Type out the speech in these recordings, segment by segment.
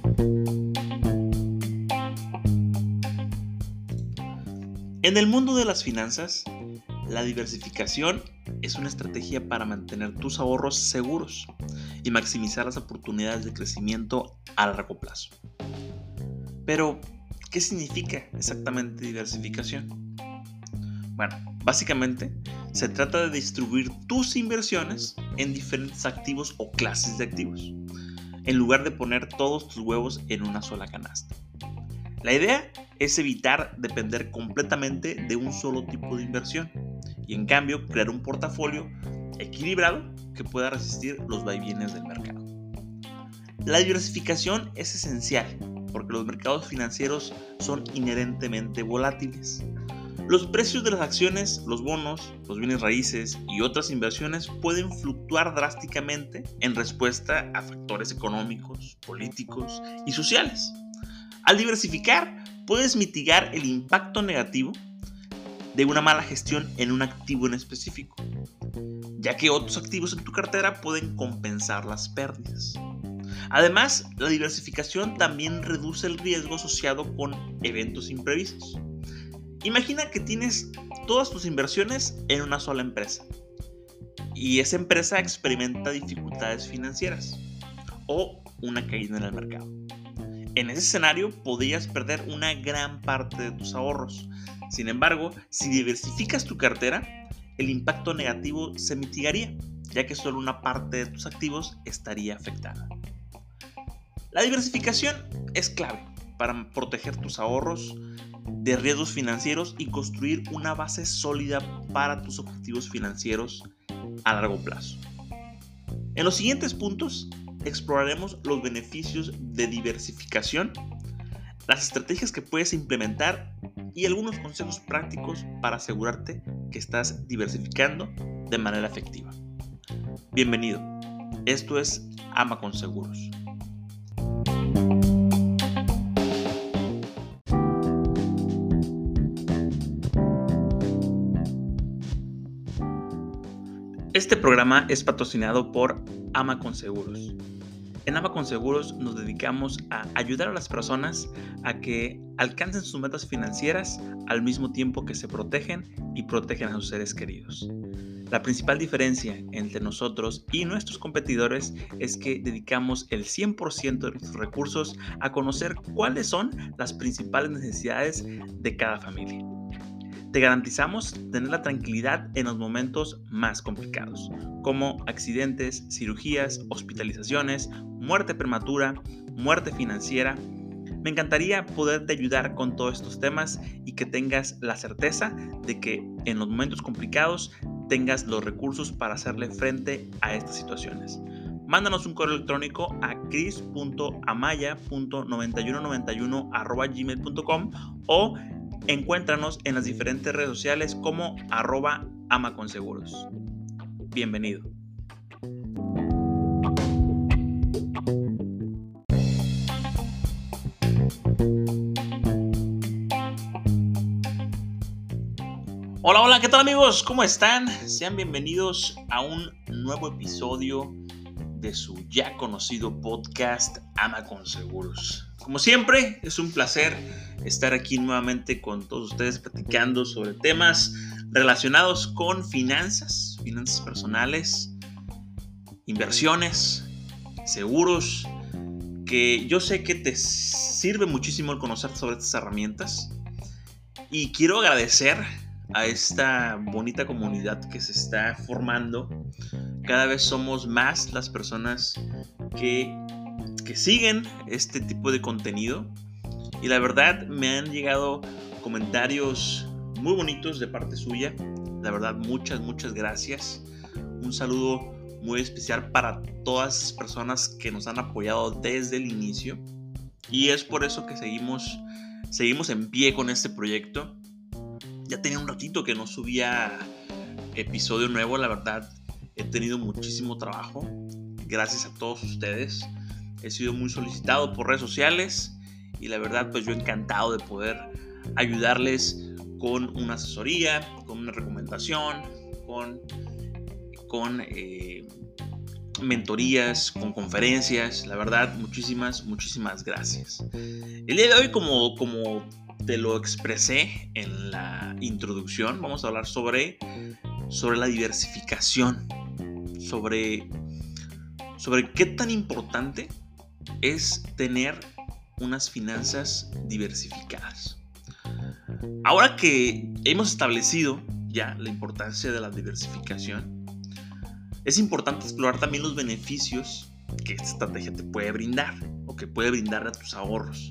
En el mundo de las finanzas, la diversificación es una estrategia para mantener tus ahorros seguros y maximizar las oportunidades de crecimiento a largo plazo. Pero, ¿qué significa exactamente diversificación? Bueno, básicamente se trata de distribuir tus inversiones en diferentes activos o clases de activos, en lugar de poner todos tus huevos en una sola canasta. La idea es evitar depender completamente de un solo tipo de inversión y en cambio crear un portafolio equilibrado que pueda resistir los vaivienes del mercado. La diversificación es esencial porque los mercados financieros son inherentemente volátiles. Los precios de las acciones, los bonos, los bienes raíces y otras inversiones pueden fluctuar drásticamente en respuesta a factores económicos, políticos y sociales. Al diversificar, puedes mitigar el impacto negativo de una mala gestión en un activo en específico, ya que otros activos en tu cartera pueden compensar las pérdidas. Además, la diversificación también reduce el riesgo asociado con eventos imprevistos. Imagina que tienes todas tus inversiones en una sola empresa y esa empresa experimenta dificultades financieras o una caída en el mercado. En ese escenario podrías perder una gran parte de tus ahorros. Sin embargo, si diversificas tu cartera, el impacto negativo se mitigaría, ya que solo una parte de tus activos estaría afectada. La diversificación es clave para proteger tus ahorros de riesgos financieros y construir una base sólida para tus objetivos financieros a largo plazo. En los siguientes puntos exploraremos los beneficios de diversificación, las estrategias que puedes implementar y algunos consejos prácticos para asegurarte que estás diversificando de manera efectiva. Bienvenido, esto es Ama con Seguros. Este programa es patrocinado por Ama con Seguros. En Ama con Seguros nos dedicamos a ayudar a las personas a que alcancen sus metas financieras al mismo tiempo que se protegen y protegen a sus seres queridos. La principal diferencia entre nosotros y nuestros competidores es que dedicamos el 100% de nuestros recursos a conocer cuáles son las principales necesidades de cada familia. Te garantizamos tener la tranquilidad en los momentos más complicados, como accidentes, cirugías, hospitalizaciones, muerte prematura, muerte financiera. Me encantaría poderte ayudar con todos estos temas y que tengas la certeza de que en los momentos complicados tengas los recursos para hacerle frente a estas situaciones. Mándanos un correo electrónico a cris.amaya.9191@gmail.com o encuéntranos en las diferentes redes sociales como @amaconseguros. Bienvenido. Hola, ¿qué tal amigos? ¿Cómo están? Sean bienvenidos a un nuevo episodio de su ya conocido podcast Ama con Seguros. Como siempre, es un placer estar aquí nuevamente con todos ustedes platicando sobre temas relacionados con finanzas personales, inversiones, seguros, que yo sé que te sirve muchísimo el conocer sobre estas herramientas y quiero agradecer a esta bonita comunidad que se está formando. Cada vez somos más las personas que siguen este tipo de contenido y la verdad me han llegado comentarios muy bonitos de parte suya. La verdad, muchas gracias. Un saludo muy especial para todas las personas que nos han apoyado desde el inicio y es por eso que seguimos en pie con este proyecto. Ya tenía un ratito que no subía episodio nuevo, la verdad he tenido muchísimo trabajo, gracias a todos ustedes, he sido muy solicitado por redes sociales y la verdad pues yo encantado de poder ayudarles con una asesoría, con una recomendación, con mentorías, con conferencias. La verdad, muchísimas gracias. El día de hoy, como te lo expresé en la introducción, vamos a hablar sobre la diversificación, sobre qué tan importante es tener unas finanzas diversificadas. Ahora que hemos establecido ya la importancia de la diversificación, es importante explorar también los beneficios que esta estrategia te puede brindar o que puede brindar a tus ahorros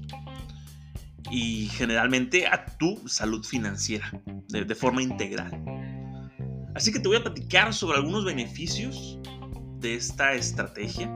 y generalmente a tu salud financiera de forma integral. Así que te voy a platicar sobre algunos beneficios de esta estrategia.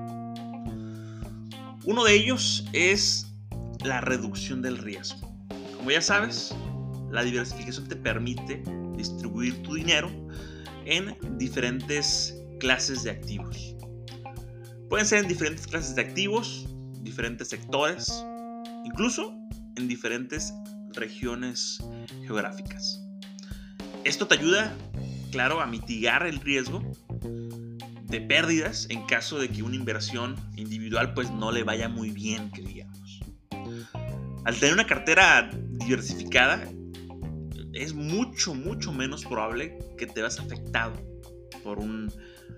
Uno de ellos es la reducción del riesgo. Como ya sabes, la diversificación te permite distribuir tu dinero en diferentes clases de activos. Pueden ser en diferentes clases de activos, diferentes sectores, incluso en diferentes regiones geográficas. Esto te ayuda, claro, a mitigar el riesgo de pérdidas en caso de que una inversión individual pues no le vaya muy bien, que digamos. Al tener una cartera diversificada, es mucho menos probable que te veas afectado por un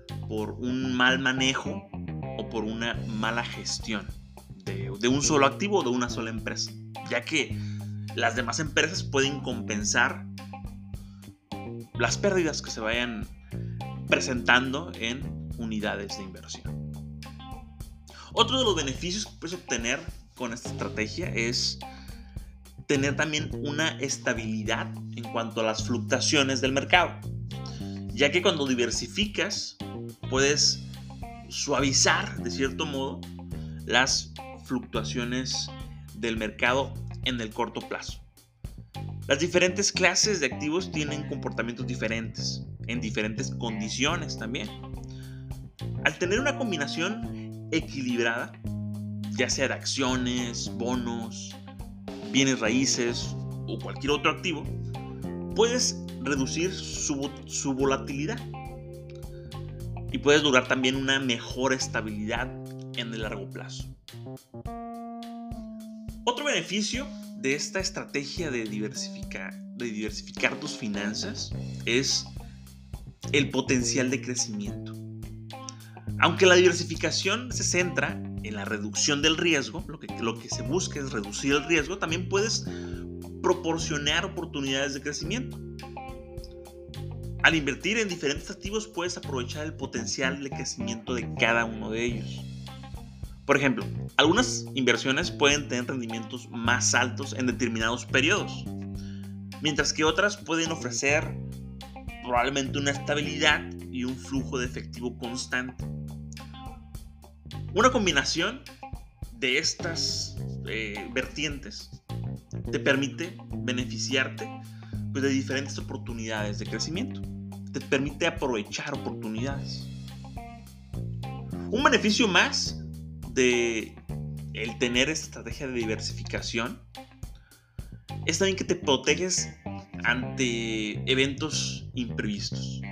mal manejo o por una mala gestión de un solo activo o de una sola empresa, ya que las demás empresas pueden compensar las pérdidas que se vayan presentando en unidades de inversión. Otro de los beneficios que puedes obtener con esta estrategia es tener también una estabilidad en cuanto a las fluctuaciones del mercado, ya que cuando diversificas puedes suavizar de cierto modo las fluctuaciones del mercado en el corto plazo. Las diferentes clases de activos tienen comportamientos diferentes, en diferentes condiciones también. Al tener una combinación equilibrada, ya sea de acciones, bonos, bienes raíces o cualquier otro activo, puedes reducir su volatilidad y puedes lograr también una mejor estabilidad en el largo plazo. Otro beneficio de esta estrategia de diversificar tus finanzas es el potencial de crecimiento. Aunque la diversificación se centra en la reducción del riesgo, lo que se busca es reducir el riesgo, también puedes proporcionar oportunidades de crecimiento. Al invertir en diferentes activos puedes aprovechar el potencial de crecimiento de cada uno de ellos. Por ejemplo, algunas inversiones pueden tener rendimientos más altos en determinados periodos, mientras que otras pueden ofrecer probablemente una estabilidad y un flujo de efectivo constante. Una combinación de estas vertientes te permite beneficiarte pues, de diferentes oportunidades de crecimiento. Te permite aprovechar oportunidades. Un beneficio más de el tener esta estrategia de diversificación es también que te proteges ante eventos imprevistos.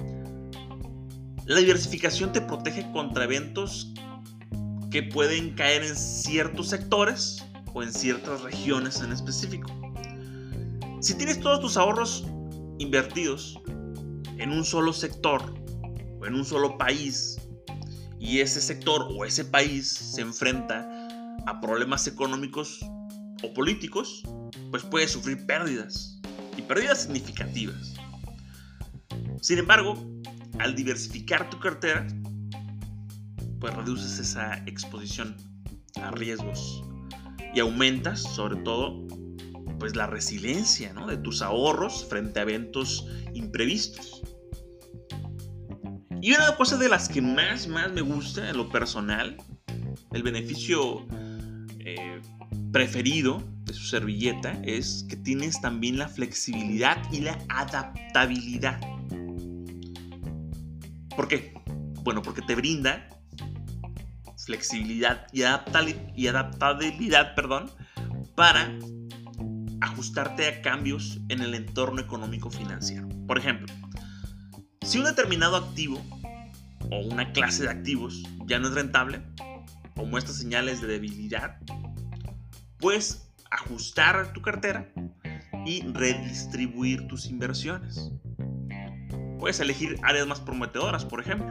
La diversificación te protege contra eventos que pueden caer en ciertos sectores o en ciertas regiones en específico. Si tienes todos tus ahorros invertidos en un solo sector o en un solo país y ese sector o ese país se enfrenta a problemas económicos o políticos, pues puede sufrir pérdidas y pérdidas significativas. Sin embargo, al diversificar tu cartera, pues reduces esa exposición a riesgos y aumentas sobre todo pues la resiliencia, ¿no?, de tus ahorros frente a eventos imprevistos. Y una cosa de las que más me gusta en lo personal, el beneficio preferido de su servilleta, es que tienes también la flexibilidad y la adaptabilidad. ¿Por qué? Bueno, porque te brinda flexibilidad y adaptabilidad, para ajustarte a cambios en el entorno económico financiero. Por ejemplo, si un determinado activo o una clase de activos ya no es rentable o muestra señales de debilidad, puedes ajustar tu cartera y redistribuir tus inversiones. Puedes elegir áreas más prometedoras, por ejemplo.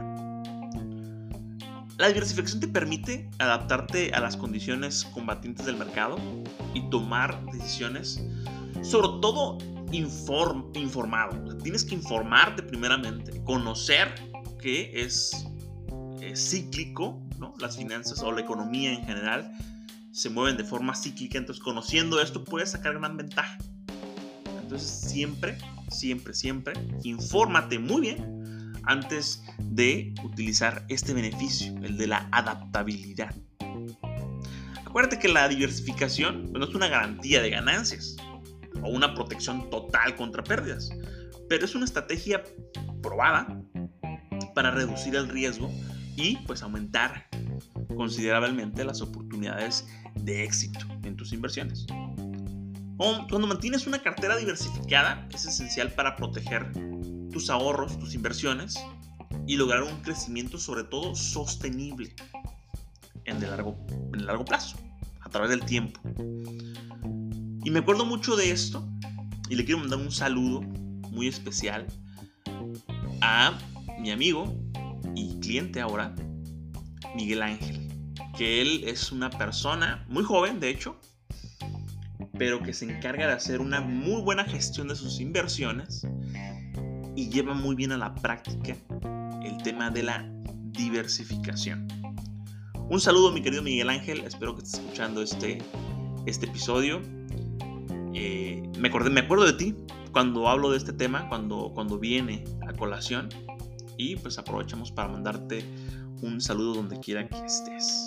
La diversificación te permite adaptarte a las condiciones combatientes del mercado y tomar decisiones, sobre todo informado. Tienes que informarte primeramente, conocer que es cíclico, ¿no? Las finanzas o la economía en general se mueven de forma cíclica, entonces conociendo esto puedes sacar gran ventaja. Entonces siempre infórmate muy bien antes de utilizar este beneficio, el de la adaptabilidad. Acuérdate que la diversificación no es una garantía de ganancias o una protección total contra pérdidas, pero es una estrategia probada para reducir el riesgo y pues aumentar considerablemente las oportunidades de éxito en tus inversiones. Cuando mantienes una cartera diversificada, es esencial para proteger tus ahorros, tus inversiones y lograr un crecimiento sobre todo sostenible en el largo plazo, a través del tiempo. Y me acuerdo mucho de esto y le quiero mandar un saludo muy especial a mi amigo y cliente ahora, Miguel Ángel, que él es una persona muy joven, de hecho, pero que se encarga de hacer una muy buena gestión de sus inversiones y lleva muy bien a la práctica el tema de la diversificación. Un saludo, mi querido Miguel Ángel, espero que estés escuchando este episodio. Me acuerdo de ti cuando hablo de este tema, cuando viene a colación, y pues aprovechamos para mandarte un saludo donde quiera que estés.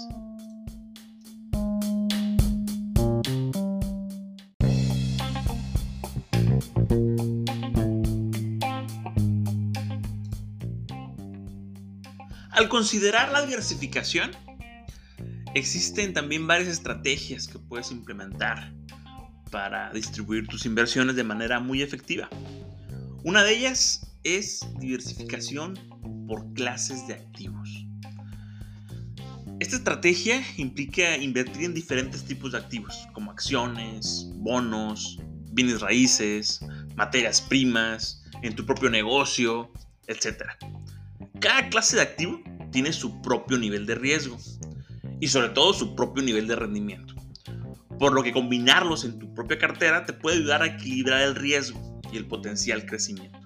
Al considerar la diversificación, existen también varias estrategias que puedes implementar para distribuir tus inversiones de manera muy efectiva. Una de ellas es diversificación por clases de activos. Esta estrategia implica invertir en diferentes tipos de activos, como acciones, bonos, bienes raíces, materias primas, en tu propio negocio, etc. Cada clase de activo tiene su propio nivel de riesgo y sobre todo su propio nivel de rendimiento, por lo que combinarlos en tu propia cartera te puede ayudar a equilibrar el riesgo y el potencial crecimiento.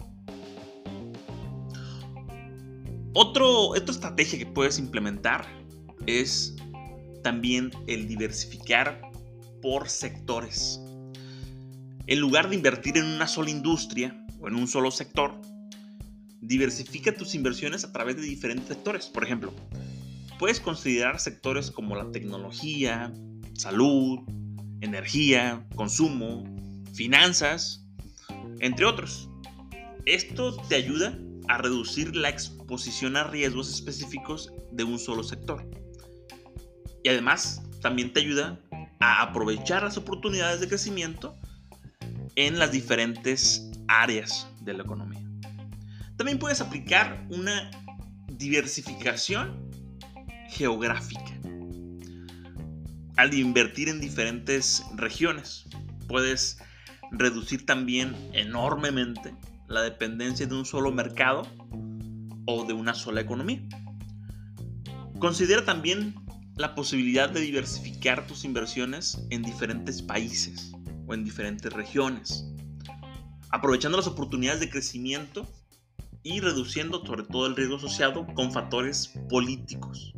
Otra estrategia que puedes implementar es también el diversificar por sectores. En lugar de invertir en una sola industria o en un solo sector, diversifica tus inversiones a través de diferentes sectores. Por ejemplo, puedes considerar sectores como la tecnología, salud, energía, consumo, finanzas, entre otros. Esto te ayuda a reducir la exposición a riesgos específicos de un solo sector. Y además, también te ayuda a aprovechar las oportunidades de crecimiento en las diferentes áreas de la economía. También puedes aplicar una diversificación geográfica. Al invertir en diferentes regiones, puedes reducir también enormemente la dependencia de un solo mercado o de una sola economía. Considera también la posibilidad de diversificar tus inversiones en diferentes países o en diferentes regiones, aprovechando las oportunidades de crecimiento y reduciendo sobre todo el riesgo asociado con factores políticos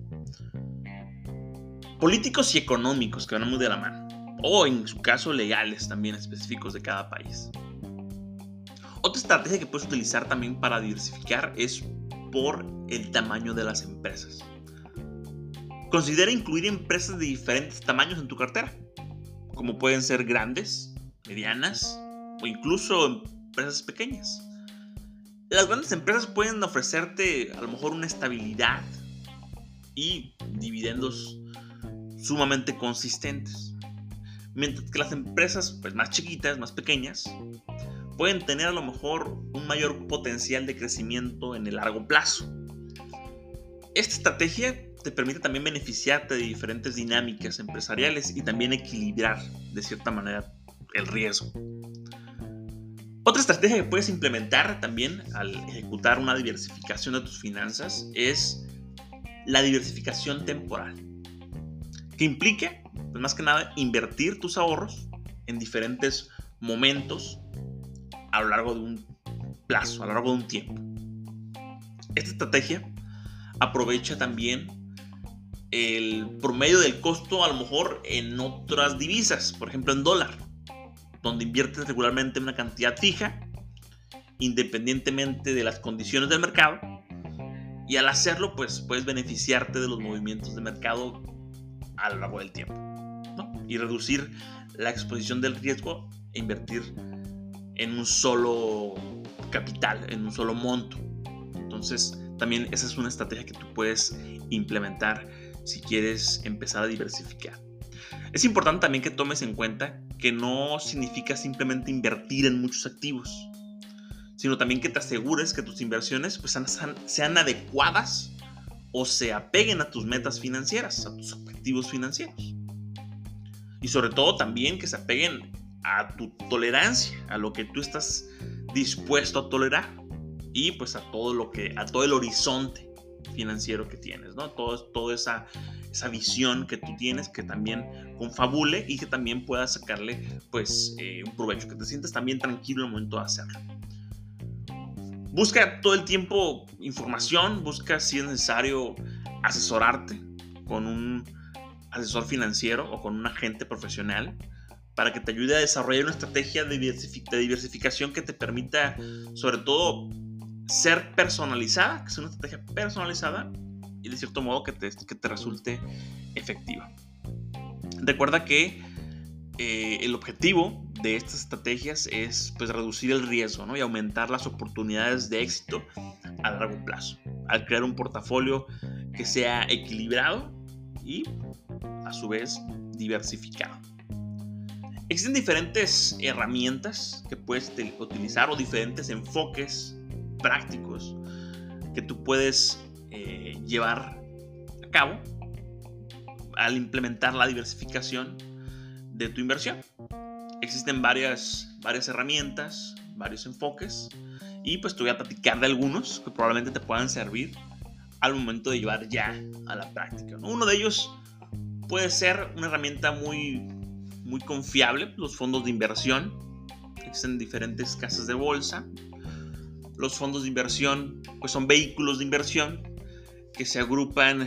y económicos que van muy de la mano, o en su caso legales también específicos de cada país. Otra estrategia que puedes utilizar también para diversificar es por el tamaño de las empresas. Considera incluir empresas de diferentes tamaños en tu cartera, como pueden ser grandes, medianas o incluso empresas pequeñas. Las grandes empresas pueden ofrecerte a lo mejor una estabilidad y dividendos sumamente consistentes, mientras que las empresas pues, más chiquitas, más pequeñas, pueden tener a lo mejor un mayor potencial de crecimiento en el largo plazo. Esta estrategia te permite también beneficiarte de diferentes dinámicas empresariales y también equilibrar de cierta manera el riesgo. Otra estrategia que puedes implementar también al ejecutar una diversificación de tus finanzas es la diversificación temporal, que implica, pues más que nada, invertir tus ahorros en diferentes momentos a lo largo de un plazo, a lo largo de un tiempo. Esta estrategia aprovecha también el promedio del costo a lo mejor en otras divisas, por ejemplo en dólar, donde inviertes regularmente una cantidad fija, independientemente de las condiciones del mercado, y al hacerlo pues puedes beneficiarte de los movimientos de mercado a lo largo del tiempo, ¿no? Y reducir la exposición del riesgo e invertir en un solo capital, en un solo monto. Entonces también esa es una estrategia que tú puedes implementar si quieres empezar a diversificar. Es importante también que tomes en cuenta que no significa simplemente invertir en muchos activos, sino también que te asegures que tus inversiones pues, sean adecuadas o se apeguen a tus metas financieras, a tus objetivos financieros. Y sobre todo también que se apeguen a tu tolerancia, a lo que tú estás dispuesto a tolerar y pues a todo el horizonte financiero que tienes, ¿no? Toda esa visión que tú tienes, que también confabule y que también puedas sacarle pues un provecho, que te sientas también tranquilo en el momento de hacerlo. Busca todo el tiempo información, busca si es necesario asesorarte con un asesor financiero o con un agente profesional para que te ayude a desarrollar una estrategia de diversificación que te permita sobre todo ser personalizada, que sea una estrategia personalizada y de cierto modo que te resulte efectiva. Recuerda que el objetivo de estas estrategias es pues reducir el riesgo, ¿no? Y aumentar las oportunidades de éxito a largo plazo al crear un portafolio que sea equilibrado y a su vez diversificado. Existen diferentes herramientas que puedes utilizar o diferentes enfoques prácticos que tú puedes llevar a cabo al implementar la diversificación de tu inversión. Existen varias herramientas, varios enfoques y pues te voy a platicar de algunos que probablemente te puedan servir al momento de llevar ya a la práctica, ¿no? Uno de ellos puede ser una herramienta muy confiable, los fondos de inversión. Existen diferentes casas de bolsa. Los fondos de inversión pues son vehículos de inversión que se agrupan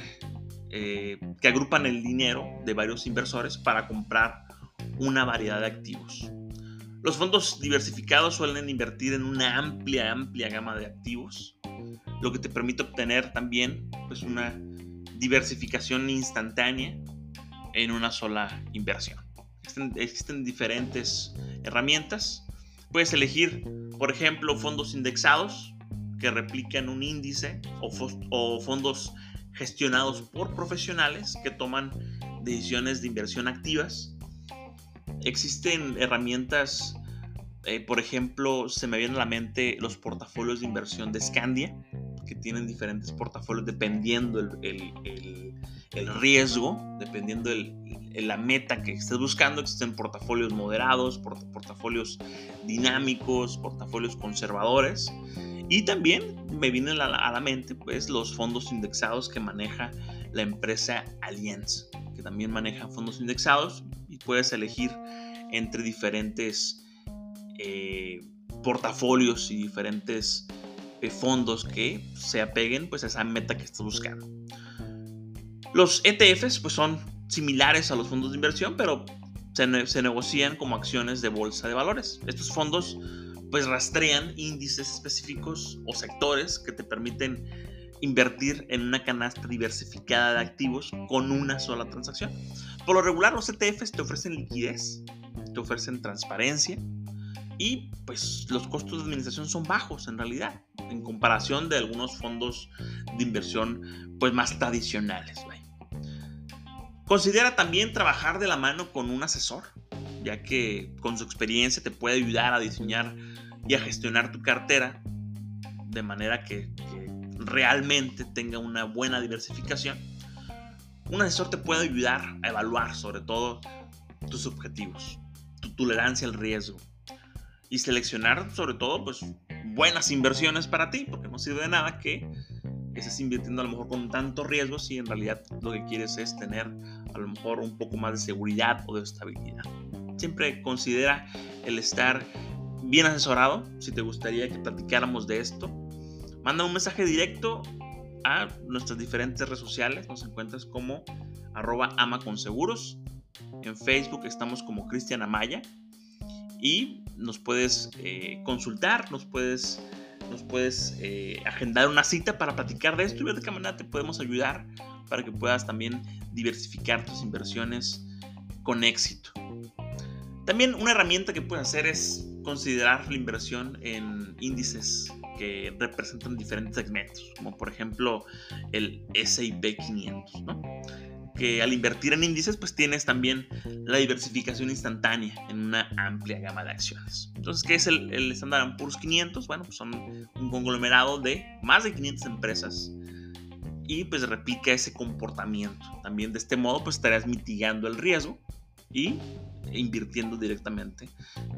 el dinero de varios inversores para comprar una variedad de activos. Los fondos diversificados suelen invertir en una amplia gama de activos, lo que te permite obtener también pues, una diversificación instantánea en una sola inversión. Existen diferentes herramientas. Puedes elegir, por ejemplo, fondos indexados que replican un índice o fondos gestionados por profesionales que toman decisiones de inversión activas. Existen herramientas, por ejemplo, se me viene a la mente los portafolios de inversión de Scandia, que tienen diferentes portafolios dependiendo el riesgo, dependiendo la meta que estés buscando. Existen portafolios moderados, portafolios dinámicos, portafolios conservadores. Y también me vienen a la mente pues, los fondos indexados que maneja la empresa Allianz, que también maneja fondos indexados y puedes elegir entre diferentes portafolios y diferentes fondos que se apeguen pues, a esa meta que estás buscando. Los ETFs pues, son similares a los fondos de inversión, pero se negocian como acciones de bolsa de valores. Estos fondos pues rastrean índices específicos o sectores que te permiten invertir en una canasta diversificada de activos con una sola transacción. Por lo regular, los ETFs te ofrecen liquidez, te ofrecen transparencia y pues los costos de administración son bajos en realidad, en comparación de algunos fondos de inversión pues más tradicionales. Considera también trabajar de la mano con un asesor, ya que con su experiencia te puede ayudar a diseñar y a gestionar tu cartera de manera que realmente tenga una buena diversificación, un asesor te puede ayudar a evaluar sobre todo tus objetivos, tu tolerancia al riesgo y seleccionar sobre todo pues buenas inversiones para ti, porque no sirve de nada que estés invirtiendo a lo mejor con tanto riesgo si en realidad lo que quieres es tener a lo mejor un poco más de seguridad o de estabilidad. Siempre considera el estar bien asesorado. Si te gustaría que platicáramos de esto, manda un mensaje directo a nuestras diferentes redes sociales. Nos encuentras como @amaconseguros. En Facebook estamos como Cristian Amaya y nos puedes consultar, nos puedes agendar una cita para platicar de esto y ver de qué manera te podemos ayudar para que puedas también diversificar tus inversiones con éxito. También una herramienta que puedes hacer es considerar la inversión en índices que representan diferentes segmentos, como por ejemplo el S&P 500, ¿no? Que al invertir en índices pues tienes también la diversificación instantánea en una amplia gama de acciones. Entonces, ¿qué es el Standard & Poor's 500? Bueno, pues son un conglomerado de más de 500 empresas y pues replica ese comportamiento. También de este modo pues estarás mitigando el riesgo y invirtiendo directamente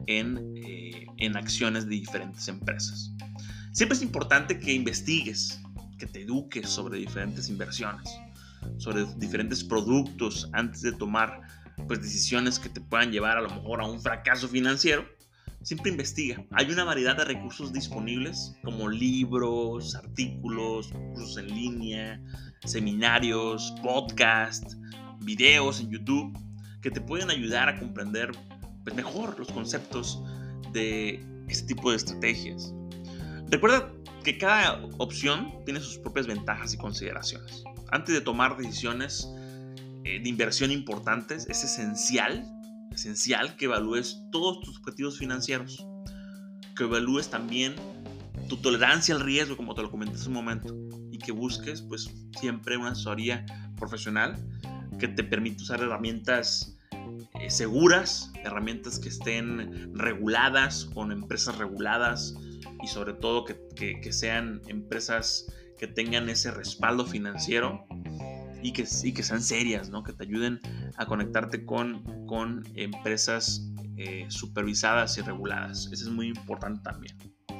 en acciones de diferentes empresas. Siempre es importante que investigues, que te eduques sobre diferentes inversiones, sobre diferentes productos antes de tomar pues decisiones que te puedan llevar a lo mejor a un fracaso financiero. Siempre investiga. Hay una variedad de recursos disponibles como libros, artículos, cursos en línea, seminarios, podcasts, videos en YouTube que te pueden ayudar a comprender pues, mejor los conceptos de este tipo de estrategias. Recuerda que cada opción tiene sus propias ventajas y consideraciones. Antes de tomar decisiones de inversión importantes, es esencial que evalúes todos tus objetivos financieros, que evalúes también tu tolerancia al riesgo, como te lo comenté hace un momento, y que busques pues siempre una asesoría profesional que te permita usar herramientas seguras, herramientas que estén reguladas, con empresas reguladas y sobre todo que sean empresas que tengan ese respaldo financiero y que sean serias, ¿no? Que te ayuden a conectarte con empresas supervisadas y reguladas. Eso es muy importante también.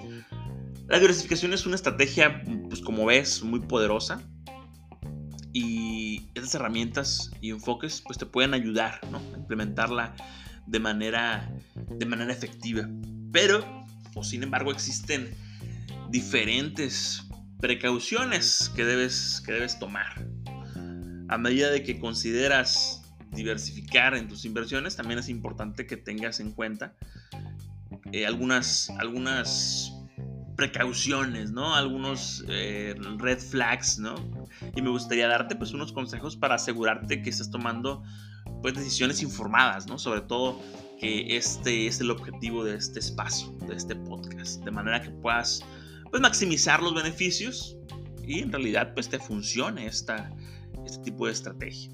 La diversificación es una estrategia, pues como ves, muy poderosa y estas herramientas y enfoques pues te pueden ayudar, ¿no? A implementarla de manera efectiva. Pero, sin embargo, existen diferentes precauciones que debes tomar. A medida de que consideras diversificar en tus inversiones, también es importante que tengas en cuenta algunas precauciones, ¿no? Algunos red flags, ¿no? Y me gustaría darte pues unos consejos para asegurarte que estás tomando pues decisiones informadas, ¿no? Sobre todo que este es el objetivo de este espacio, de este podcast, de manera que puedas pues maximizar los beneficios y en realidad pues te funcione este tipo de estrategia.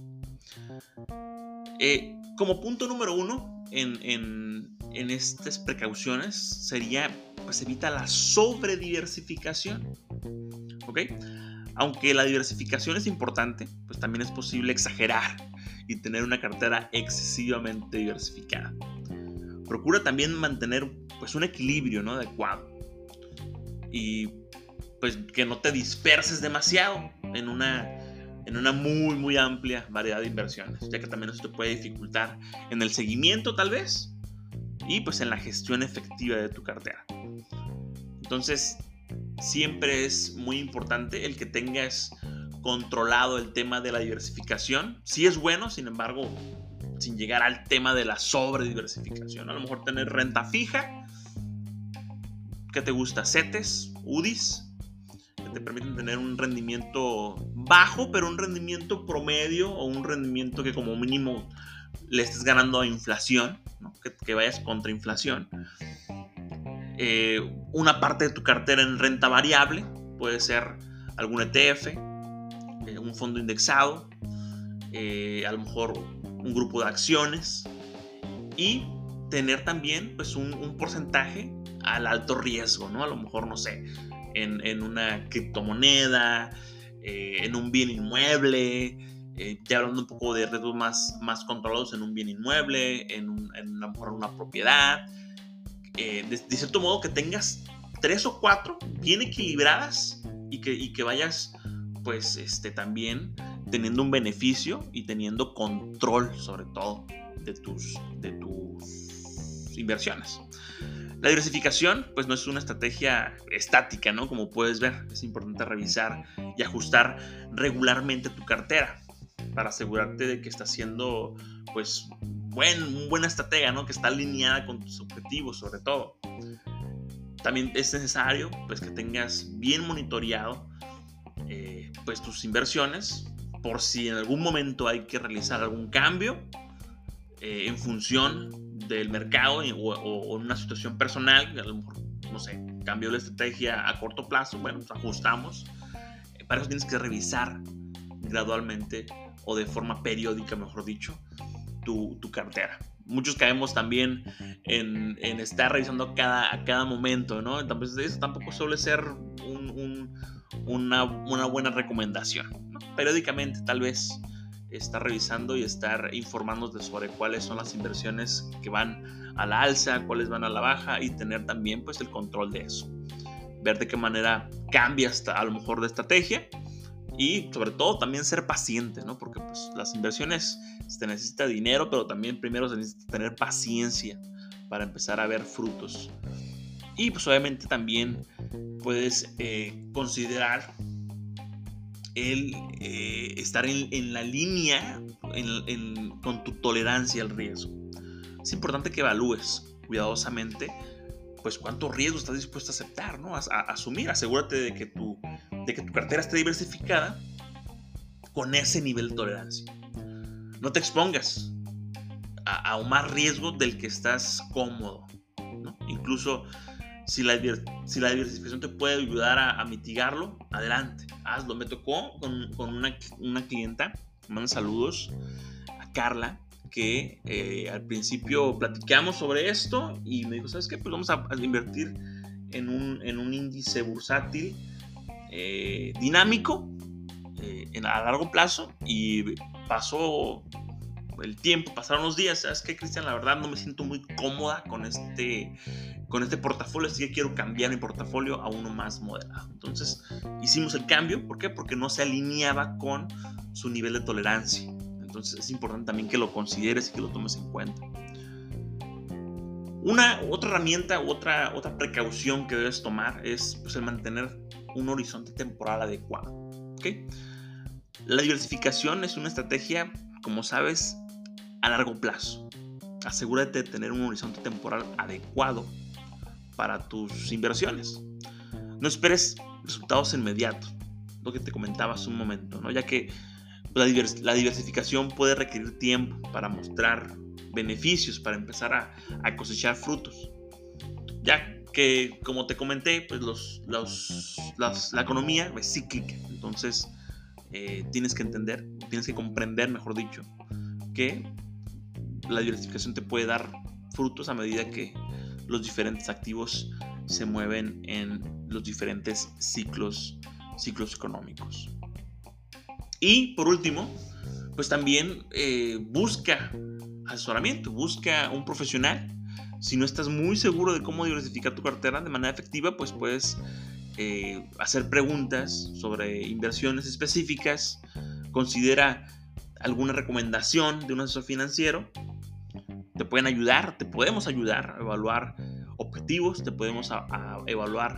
Como punto número 1 en estas precauciones sería pues evita la sobrediversificación, ¿ok? Aunque la diversificación es importante, pues también es posible exagerar y tener una cartera excesivamente diversificada. Procura también mantener pues un equilibrio, ¿no? Adecuado y pues que no te disperses demasiado en una muy muy amplia variedad de inversiones, ya que también eso te puede dificultar en el seguimiento tal vez y pues en la gestión efectiva de tu cartera. Entonces siempre es muy importante el que tengas controlado el tema de la diversificación. Sí es bueno, sin embargo, sin llegar al tema de la sobrediversificación. A lo mejor tener renta fija, ¿qué te gusta? CETES, UDIs, que te permiten tener un rendimiento bajo, pero un rendimiento promedio o un rendimiento que como mínimo le estés ganando a inflación, ¿no? Que vayas contra inflación. Una parte de tu cartera en renta variable, puede ser algún ETF, un fondo indexado, a lo mejor un grupo de acciones y tener también pues un porcentaje al alto riesgo, ¿no? A lo mejor, no sé, en una criptomoneda, en un bien inmueble, ya hablando un poco de riesgos más controlados en un bien inmueble, a lo mejor en una propiedad, de cierto modo que tengas 3 o 4 bien equilibradas y que vayas pues también teniendo un beneficio y teniendo control sobre todo de tus inversiones. La diversificación pues no es una estrategia estática, ¿no? Como puedes ver, es importante revisar y ajustar regularmente tu cartera para asegurarte de que estás siendo pues un buen estratega, ¿no? Que está alineada con tus objetivos sobre todo. También es necesario pues que tengas bien monitoreado pues tus inversiones por si en algún momento hay que realizar algún cambio en función del mercado o en una situación personal, a lo mejor, no sé, cambio la estrategia a corto plazo, bueno, pues ajustamos. Para eso tienes que revisar gradualmente o de forma periódica, mejor dicho, tu cartera. Muchos caemos también en estar revisando a cada momento, ¿no? Entonces eso tampoco suele ser una buena recomendación, ¿no? Periódicamente tal vez estar revisando y estar informándote sobre cuáles son las inversiones que van a la alza, cuáles van a la baja y tener también pues el control de eso. Ver de qué manera cambia hasta a lo mejor de estrategia y sobre todo también ser paciente, ¿no? Porque pues las inversiones se necesita dinero, pero también primero se necesita tener paciencia para empezar a ver frutos. Y pues obviamente también puedes considerar el estar en la línea con tu tolerancia al riesgo. Es importante que evalúes cuidadosamente pues cuánto riesgo estás dispuesto a aceptar, ¿no? A asumir. Asegúrate de que tu cartera esté diversificada con ese nivel de tolerancia. No te expongas a más riesgo del que estás cómodo, ¿no? Incluso si la diversificación te puede ayudar a mitigarlo, adelante, hazlo. Me tocó con una clienta, me manda saludos, a Carla, que al principio platicamos sobre esto y me dijo, ¿sabes qué? Pues vamos a invertir en un índice bursátil dinámico a largo plazo. Y pasó el tiempo, pasaron los días. ¿Sabes qué, Cristian? La verdad no me siento muy cómoda con este portafolio, así que quiero cambiar mi portafolio a uno más moderado. Entonces hicimos el cambio. ¿Por qué? Porque no se alineaba con su nivel de tolerancia. Entonces es importante también que lo consideres y que lo tomes en cuenta. Otra herramienta, otra precaución que debes tomar es pues, el mantener un horizonte temporal adecuado. ¿Okay? La diversificación es una estrategia, como sabes, a largo plazo. Asegúrate de tener un horizonte temporal adecuado para tus inversiones. No esperes resultados inmediatos, lo que te comentaba hace un momento, ¿no? Ya que la diversificación puede requerir tiempo para mostrar beneficios, para empezar a cosechar frutos. Ya que, como te comenté, pues la economía es cíclica. Entonces tienes que entender, tienes que comprender, mejor dicho, que la diversificación te puede dar frutos a medida que los diferentes activos se mueven en los diferentes ciclos económicos. Y por último, pues también busca asesoramiento, busca un profesional. Si no estás muy seguro de cómo diversificar tu cartera de manera efectiva, pues puedes hacer preguntas sobre inversiones específicas. Considera alguna recomendación de un asesor financiero. Te podemos ayudar a evaluar objetivos, te podemos ayudar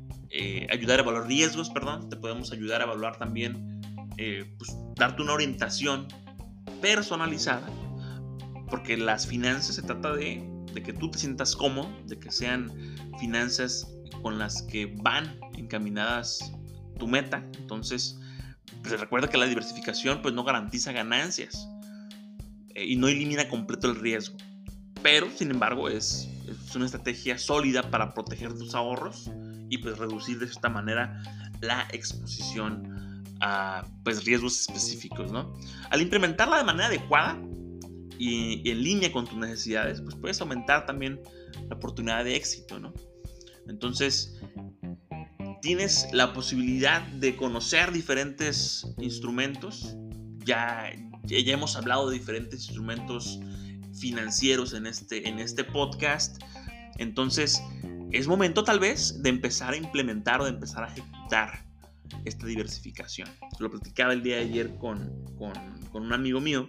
a evaluar riesgos, te podemos ayudar a evaluar también, pues, darte una orientación personalizada, porque las finanzas se trata de que tú te sientas cómodo, de que sean finanzas con las que van encaminadas tu meta. Entonces, pues recuerda que la diversificación pues no garantiza ganancias y no elimina completo el riesgo, pero sin embargo es una estrategia sólida para proteger tus ahorros y pues reducir de esta manera la exposición a pues riesgos específicos, ¿no? Al implementarla de manera adecuada y en línea con tus necesidades, pues puedes aumentar también la oportunidad de éxito, ¿no? Entonces, tienes la posibilidad de conocer diferentes instrumentos. Ya hemos hablado de diferentes instrumentos financieros en este podcast. Entonces, es momento tal vez de empezar a implementar o de empezar a ejecutar esta diversificación. Lo platicaba el día de ayer con un amigo mío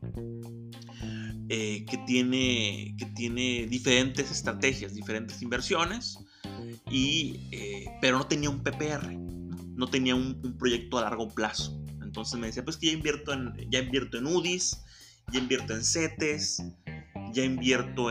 que tiene diferentes estrategias, diferentes inversiones, pero no tenía un PPR, no tenía un proyecto a largo plazo. Entonces me decía, pues que ya invierto en UDIs, ya invierto en CETES, ya invierto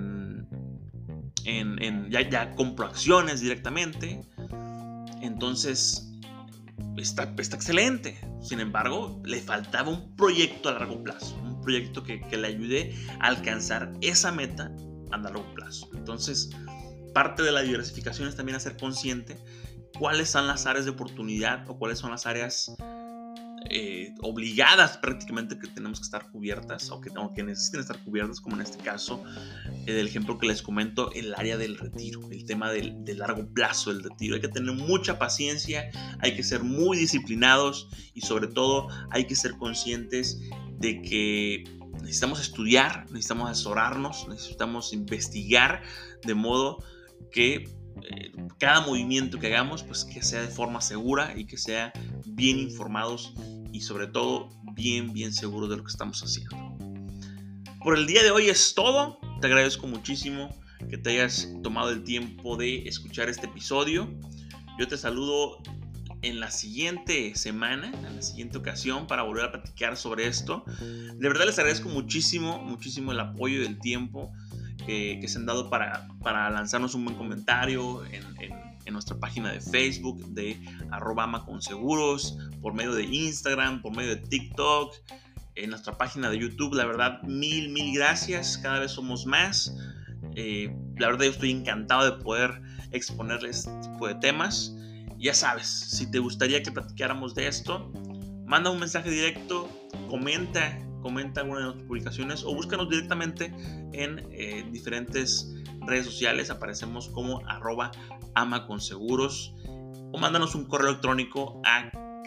ya compro acciones directamente. Entonces está excelente. Sin embargo, le faltaba un proyecto a largo plazo, un proyecto que le ayude a alcanzar esa meta a largo plazo. Entonces, parte de la diversificación es también hacer consciente cuáles son las áreas de oportunidad o cuáles son las áreas obligadas prácticamente que tenemos que estar cubiertas o que necesiten estar cubiertas, como en este caso del ejemplo que les comento, el área del retiro, el tema del largo plazo del retiro. Hay que tener mucha paciencia, hay que ser muy disciplinados y sobre todo hay que ser conscientes de que necesitamos estudiar, necesitamos asesorarnos, necesitamos investigar de modo que cada movimiento que hagamos pues que sea de forma segura y que sea bien informados y sobre todo bien seguros de lo que estamos haciendo. Por el día de hoy es todo. Te agradezco muchísimo que te hayas tomado el tiempo de escuchar este episodio. Yo te saludo en la siguiente semana, en la siguiente ocasión, para volver a platicar sobre esto. De verdad les agradezco muchísimo el apoyo y el tiempo que se han dado para lanzarnos un buen comentario en nuestra página de Facebook de @amaconseguros, por medio de Instagram, por medio de TikTok, en nuestra página de YouTube. La verdad, mil gracias. Cada vez somos más. La verdad, yo estoy encantado de poder exponerles este tipo de temas. Ya sabes, si te gustaría que platicáramos de esto, manda un mensaje directo, comenta alguna de nuestras publicaciones o búscanos directamente en diferentes redes sociales. Aparecemos como @amaconseguros o mándanos un correo electrónico a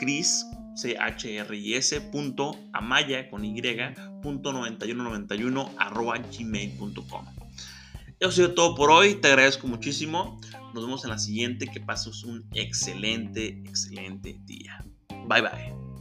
chris.amaya.9191@gmail.com. Eso ha sido todo por hoy. Te agradezco muchísimo. Nos vemos en la siguiente. Que pases un excelente día. Bye.